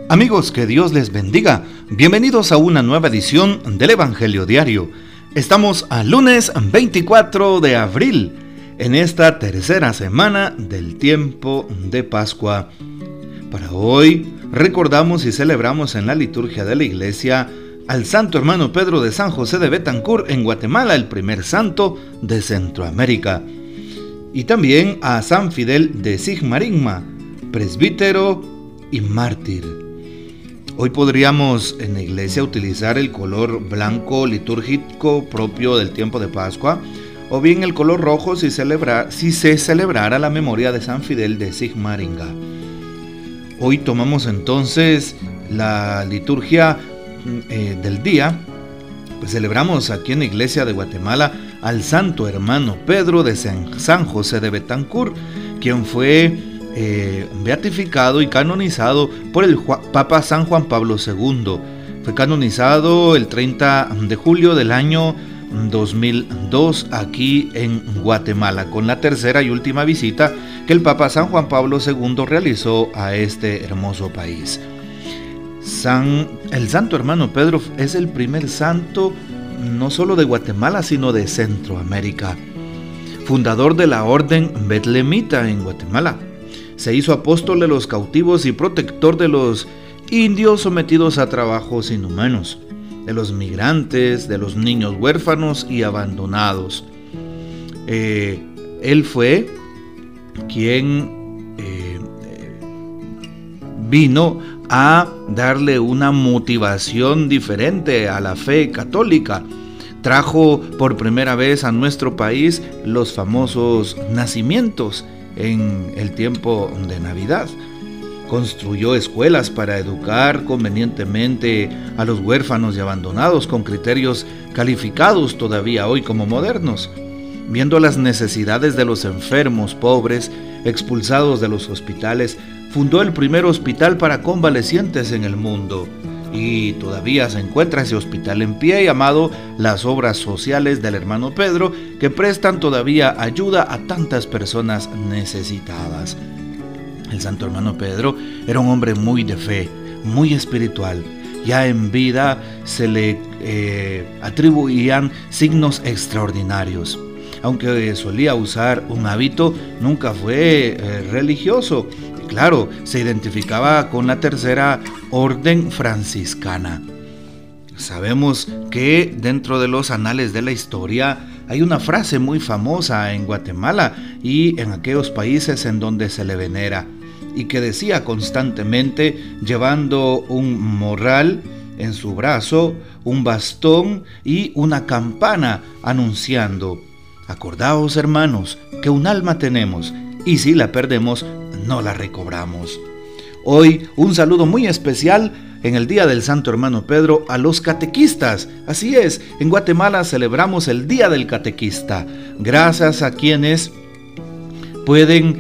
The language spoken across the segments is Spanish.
Amigos, que Dios les bendiga. Bienvenidos a una nueva edición del Evangelio Diario. Estamos al lunes 24 de abril, en esta tercera semana del tiempo de Pascua. Para hoy recordamos y celebramos en la liturgia de la iglesia al Santo Hermano Pedro de San José de Betancur en Guatemala, el primer santo de Centroamérica. Y también a San Fidel de Sigmaringma, presbítero y mártir. Hoy podríamos en la iglesia utilizar el color blanco litúrgico propio del tiempo de Pascua, o bien el color rojo si se celebrara la memoria de San Fidel de Sigmaringa. Hoy tomamos entonces la liturgia del día. Pues celebramos aquí en la iglesia de Guatemala al Santo Hermano Pedro de San José de Betancur, quien fue beatificado y canonizado por el Papa San Juan Pablo II. Fue canonizado el 30 de julio del año 2002 aquí en Guatemala, con la tercera y última visita que el Papa San Juan Pablo II realizó a este hermoso país. El Santo Hermano Pedro es el primer santo no solo de Guatemala, sino de Centroamérica. Fundador de la Orden Betlemita en Guatemala. Se hizo apóstol de los cautivos y protector de los indios sometidos a trabajos inhumanos, de los migrantes, de los niños huérfanos y abandonados. Él fue quien vino a darle una motivación diferente a la fe católica. Trajo por primera vez a nuestro país los famosos nacimientos en el tiempo de Navidad. Construyó escuelas para educar convenientemente a los huérfanos y abandonados con criterios calificados todavía hoy como modernos. Viendo las necesidades de los enfermos, pobres, expulsados de los hospitales, fundó el primer hospital para convalecientes en el mundo. Y todavía se encuentra ese hospital en pie, llamado Las Obras Sociales del Hermano Pedro, que prestan todavía ayuda a tantas personas necesitadas. El Santo Hermano Pedro era un hombre muy de fe, muy espiritual. Ya en vida se le atribuían signos extraordinarios. Aunque solía usar un hábito, nunca fue religioso. Claro, se identificaba con la tercera orden franciscana. Sabemos que dentro de los anales de la historia hay una frase muy famosa en Guatemala y en aquellos países en donde se le venera, y que decía constantemente, llevando un morral en su brazo, un bastón y una campana, anunciando: acordaos, hermanos, que un alma tenemos, y si la perdemos, no la recobramos. Hoy un saludo muy especial en el Día del Santo Hermano Pedro a los catequistas. Así es, en Guatemala celebramos el Día del Catequista. Gracias a quienes pueden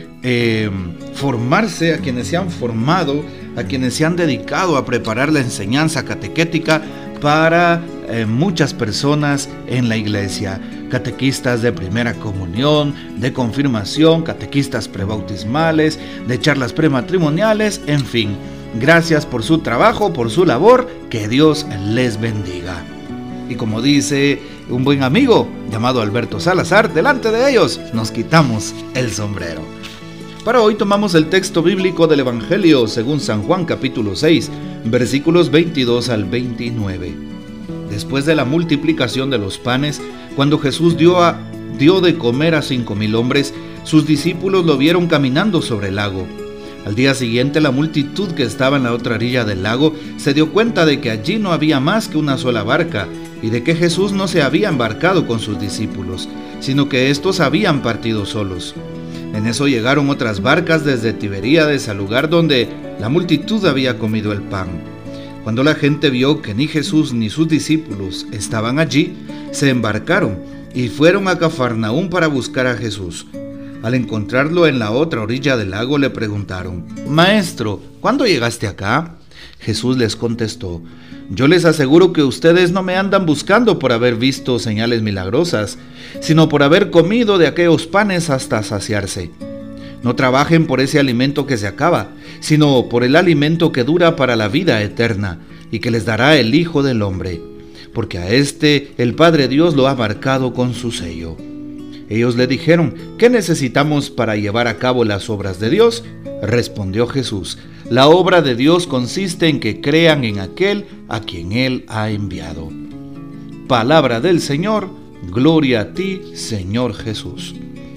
formarse, a quienes se han formado, a quienes se han dedicado a preparar la enseñanza catequética para muchas personas en la iglesia. Catequistas de primera comunión, de confirmación, catequistas prebautismales, de charlas prematrimoniales, en fin. Gracias por su trabajo, por su labor, que Dios les bendiga. Y como dice un buen amigo llamado Alberto Salazar, delante de ellos nos quitamos el sombrero. Para hoy tomamos el texto bíblico del Evangelio según San Juan capítulo 6, versículos 22 al 29. Después de la multiplicación de los panes, cuando Jesús dio de comer a 5,000 hombres, sus discípulos lo vieron caminando sobre el lago. Al día siguiente, la multitud que estaba en la otra orilla del lago se dio cuenta de que allí no había más que una sola barca y de que Jesús no se había embarcado con sus discípulos, sino que éstos habían partido solos. En eso llegaron otras barcas desde Tiberíades al lugar donde la multitud había comido el pan. Cuando la gente vio que ni Jesús ni sus discípulos estaban allí, se embarcaron y fueron a Cafarnaúm para buscar a Jesús. Al encontrarlo en la otra orilla del lago, le preguntaron: Maestro, ¿cuándo llegaste acá? Jesús les contestó: Yo les aseguro que ustedes no me andan buscando por haber visto señales milagrosas, sino por haber comido de aquellos panes hasta saciarse. No trabajen por ese alimento que se acaba, sino por el alimento que dura para la vida eterna y que les dará el Hijo del Hombre, porque a este el Padre Dios lo ha marcado con su sello. Ellos le dijeron: ¿qué necesitamos para llevar a cabo las obras de Dios? Respondió Jesús: la obra de Dios consiste en que crean en aquel a quien Él ha enviado. Palabra del Señor, gloria a ti, Señor Jesús.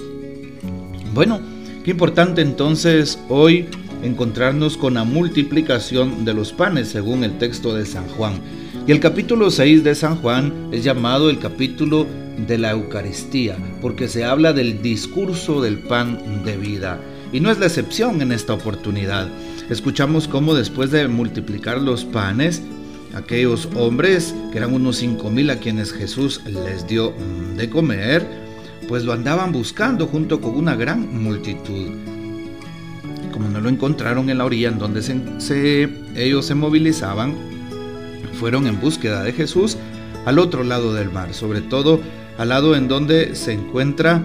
Bueno, qué importante entonces hoy encontrarnos con la multiplicación de los panes según el texto de San Juan. Y el capítulo 6 de San Juan es llamado el capítulo de la Eucaristía, porque se habla del discurso del pan de vida. Y no es la excepción en esta oportunidad. Escuchamos cómo después de multiplicar los panes, aquellos hombres, que eran unos 5,000 a quienes Jesús les dio de comer, pues lo andaban buscando junto con una gran multitud. Como no lo encontraron en la orilla en donde ellos se movilizaban, fueron en búsqueda de Jesús al otro lado del mar, sobre todo al lado en donde se encuentra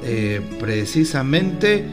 precisamente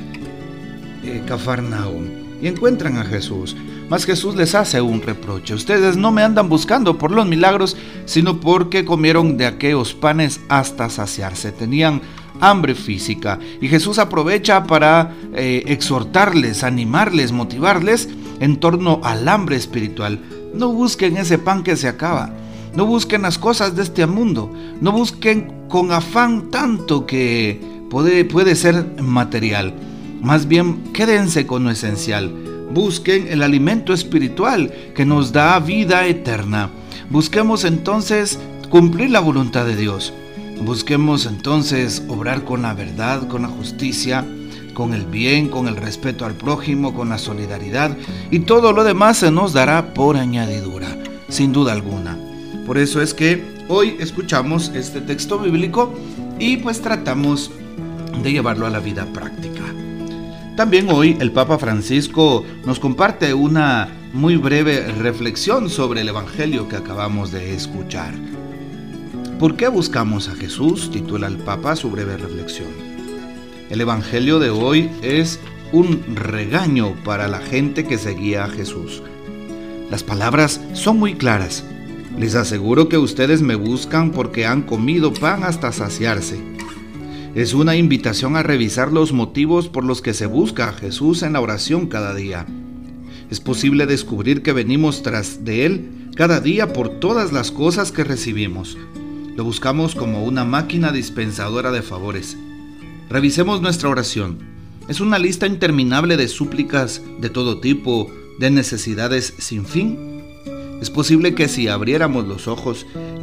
Cafarnaúm, y encuentran a Jesús. Mas Jesús les hace un reproche: ustedes no me andan buscando por los milagros, sino porque comieron de aquellos panes hasta saciarse, tenían hambre física. Y Jesús aprovecha para exhortarles, animarles, motivarles en torno al hambre espiritual. No busquen ese pan que se acaba, no busquen las cosas de este mundo, no busquen con afán tanto que puede ser material. Más bien, quédense con lo esencial. Busquen el alimento espiritual que nos da vida eterna. Busquemos entonces cumplir la voluntad de Dios. Busquemos entonces obrar con la verdad, con la justicia, con el bien, con el respeto al prójimo, con la solidaridad, y todo lo demás se nos dará por añadidura, sin duda alguna. Por eso es que hoy escuchamos este texto bíblico y pues tratamos de llevarlo a la vida práctica. También hoy el Papa Francisco nos comparte una muy breve reflexión sobre el Evangelio que acabamos de escuchar. ¿Por qué buscamos a Jesús?, titula el Papa su breve reflexión. El Evangelio de hoy es un regaño para la gente que seguía a Jesús. Las palabras son muy claras. Les aseguro que ustedes me buscan porque han comido pan hasta saciarse. Es una invitación a revisar los motivos por los que se busca a Jesús en la oración cada día. Es posible descubrir que venimos tras de Él cada día por todas las cosas que recibimos. Lo buscamos como una máquina dispensadora de favores. Revisemos nuestra oración. Es una lista interminable de súplicas de todo tipo, de necesidades sin fin. Es posible que si abriéramos los ojos y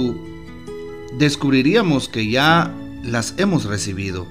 descubriríamos que ya las hemos recibido.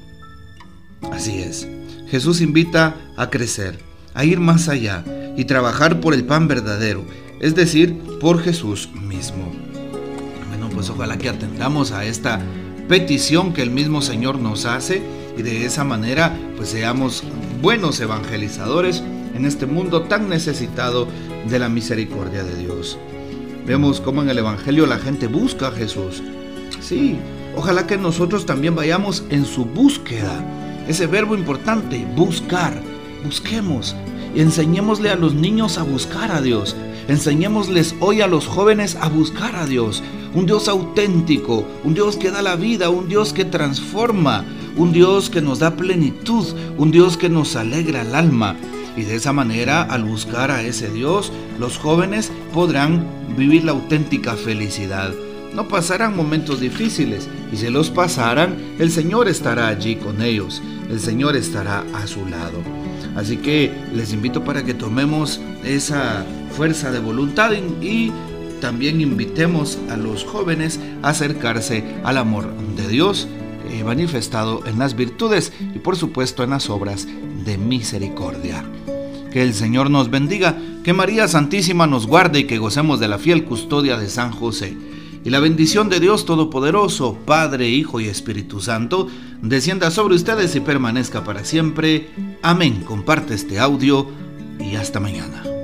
Así es, Jesús invita a crecer, a ir más allá y trabajar por el pan verdadero, es decir, por Jesús mismo. Bueno, pues ojalá que atendamos a esta petición que el mismo Señor nos hace y de esa manera pues seamos buenos evangelizadores en este mundo tan necesitado de la misericordia de Dios. Vemos cómo en el Evangelio la gente busca a Jesús. Sí, ojalá que nosotros también vayamos en su búsqueda. Ese verbo importante, buscar. Busquemos y enseñémosle a los niños a buscar a Dios. Enseñémosles hoy a los jóvenes a buscar a Dios. Un Dios auténtico, un Dios que da la vida, un Dios que transforma, un Dios que nos da plenitud, un Dios que nos alegra el alma. Y de esa manera, al buscar a ese Dios, los jóvenes podrán vivir la auténtica felicidad. No pasarán momentos difíciles, y si los pasaran, el Señor estará allí con ellos, el Señor estará a su lado. Así que les invito para que tomemos esa fuerza de voluntad y también invitemos a los jóvenes a acercarse al amor de Dios manifestado en las virtudes y por supuesto en las obras de misericordia. Que el Señor nos bendiga, que María Santísima nos guarde y que gocemos de la fiel custodia de San José. Y la bendición de Dios Todopoderoso, Padre, Hijo y Espíritu Santo, descienda sobre ustedes y permanezca para siempre. Amén. Comparte este audio y hasta mañana.